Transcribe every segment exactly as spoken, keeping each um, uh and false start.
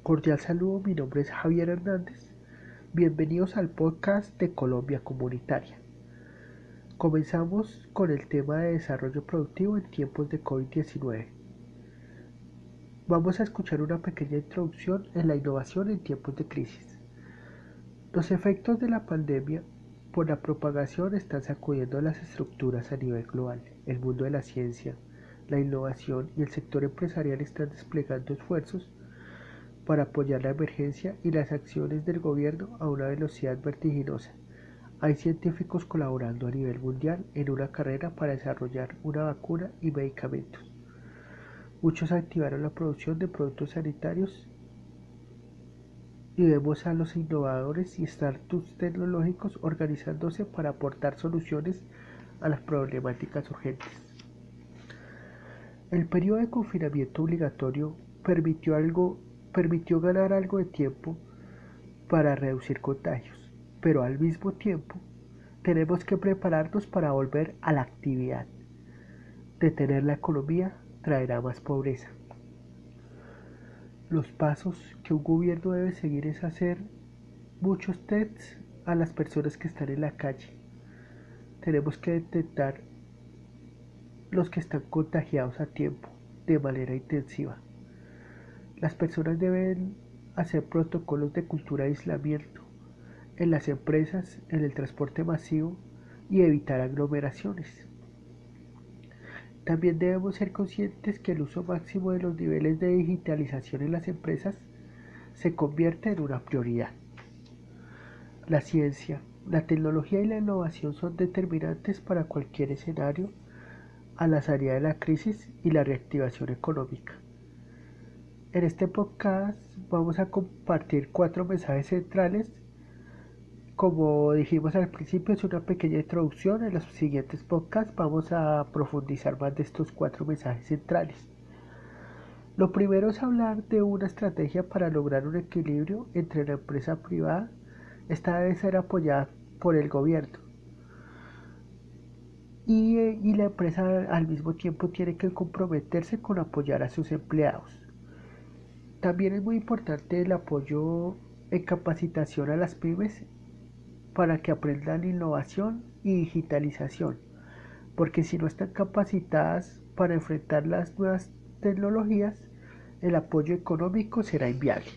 Cordial saludo, mi nombre es Javier Hernández. Bienvenidos al podcast de Colombia Comunitaria. Comenzamos con el tema de desarrollo productivo en tiempos de COVID diecinueve. Vamos a escuchar una pequeña introducción en la innovación en tiempos de crisis. Los efectos de la pandemia por la propagación están sacudiendo las estructuras a nivel global. El mundo de la ciencia, la innovación y el sector empresarial están desplegando esfuerzos para apoyar la emergencia y las acciones del gobierno a una velocidad vertiginosa. Hay científicos colaborando a nivel mundial en una carrera para desarrollar una vacuna y medicamentos. Muchos activaron la producción de productos sanitarios y vemos a los innovadores y startups tecnológicos organizándose para aportar soluciones a las problemáticas urgentes. El periodo de confinamiento obligatorio permitió, algo, permitió ganar algo de tiempo para reducir contagios, pero al mismo tiempo tenemos que prepararnos para volver a la actividad. Detener la economía traerá más pobreza. Los pasos que un gobierno debe seguir es hacer muchos tests a las personas que están en la calle. Tenemos que detectar los que están contagiados a tiempo, de manera intensiva. Las personas deben hacer protocolos de cultura de aislamiento en las empresas, en el transporte masivo y evitar aglomeraciones. También debemos ser conscientes que el uso máximo de los niveles de digitalización en las empresas se convierte en una prioridad. La ciencia, la tecnología y la innovación son determinantes para cualquier escenario a la salida de la crisis y la reactivación económica. En este podcast vamos a compartir cuatro mensajes centrales. Como dijimos al principio, es una pequeña introducción. En los siguientes podcasts vamos a profundizar más de estos cuatro mensajes centrales. Lo primero es hablar de una estrategia para lograr un equilibrio entre la empresa privada. Esta debe ser apoyada por el gobierno. Y, y la empresa al mismo tiempo tiene que comprometerse con apoyar a sus empleados. También es muy importante el apoyo en capacitación a las pymes para que aprendan innovación y digitalización, porque si no están capacitadas para enfrentar las nuevas tecnologías, el apoyo económico será inviable.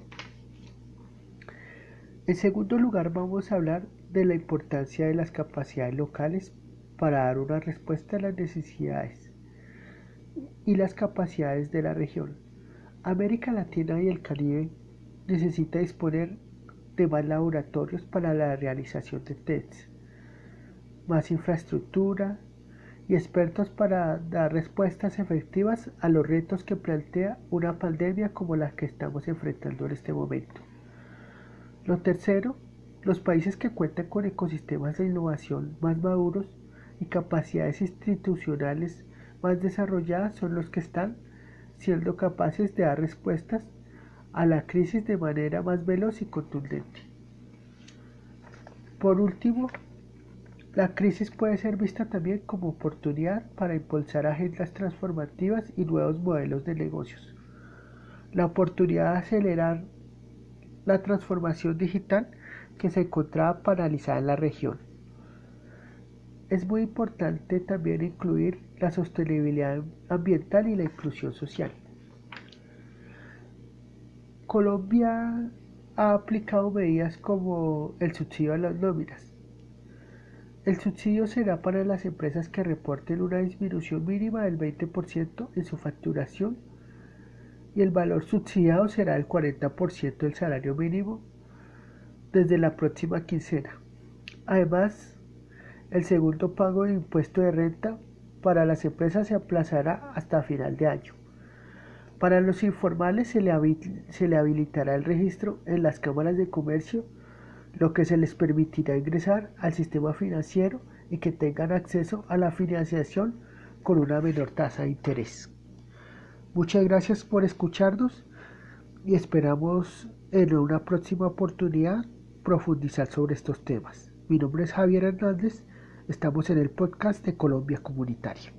En segundo lugar, vamos a hablar de la importancia de las capacidades locales para dar una respuesta a las necesidades y las capacidades de la región. América Latina y el Caribe necesita disponer de más laboratorios para la realización de tests, más infraestructura y expertos para dar respuestas efectivas a los retos que plantea una pandemia como la que estamos enfrentando en este momento. Lo tercero, los países que cuentan con ecosistemas de innovación más maduros y capacidades institucionales más desarrolladas son los que están siendo capaces de dar respuestas a la crisis de manera más veloz y contundente. Por último, la crisis puede ser vista también como oportunidad para impulsar agendas transformativas y nuevos modelos de negocios. La oportunidad de acelerar la transformación digital que se encontraba paralizada en la región. Es muy importante también incluir la sostenibilidad ambiental y la inclusión social. Colombia ha aplicado medidas como el subsidio a las nóminas. El subsidio será para las empresas que reporten una disminución mínima del veinte por ciento en su facturación y el valor subsidiado será el cuarenta por ciento del salario mínimo desde la próxima quincena. Además, el segundo pago de impuesto de renta para las empresas se aplazará hasta final de año. Para los informales se le, se le habilitará el registro en las cámaras de comercio, lo que se les permitirá ingresar al sistema financiero y que tengan acceso a la financiación con una menor tasa de interés. Muchas gracias por escucharnos y esperamos en una próxima oportunidad profundizar sobre estos temas. Mi nombre es Javier Hernández, estamos en el podcast de Colombia Comunitaria.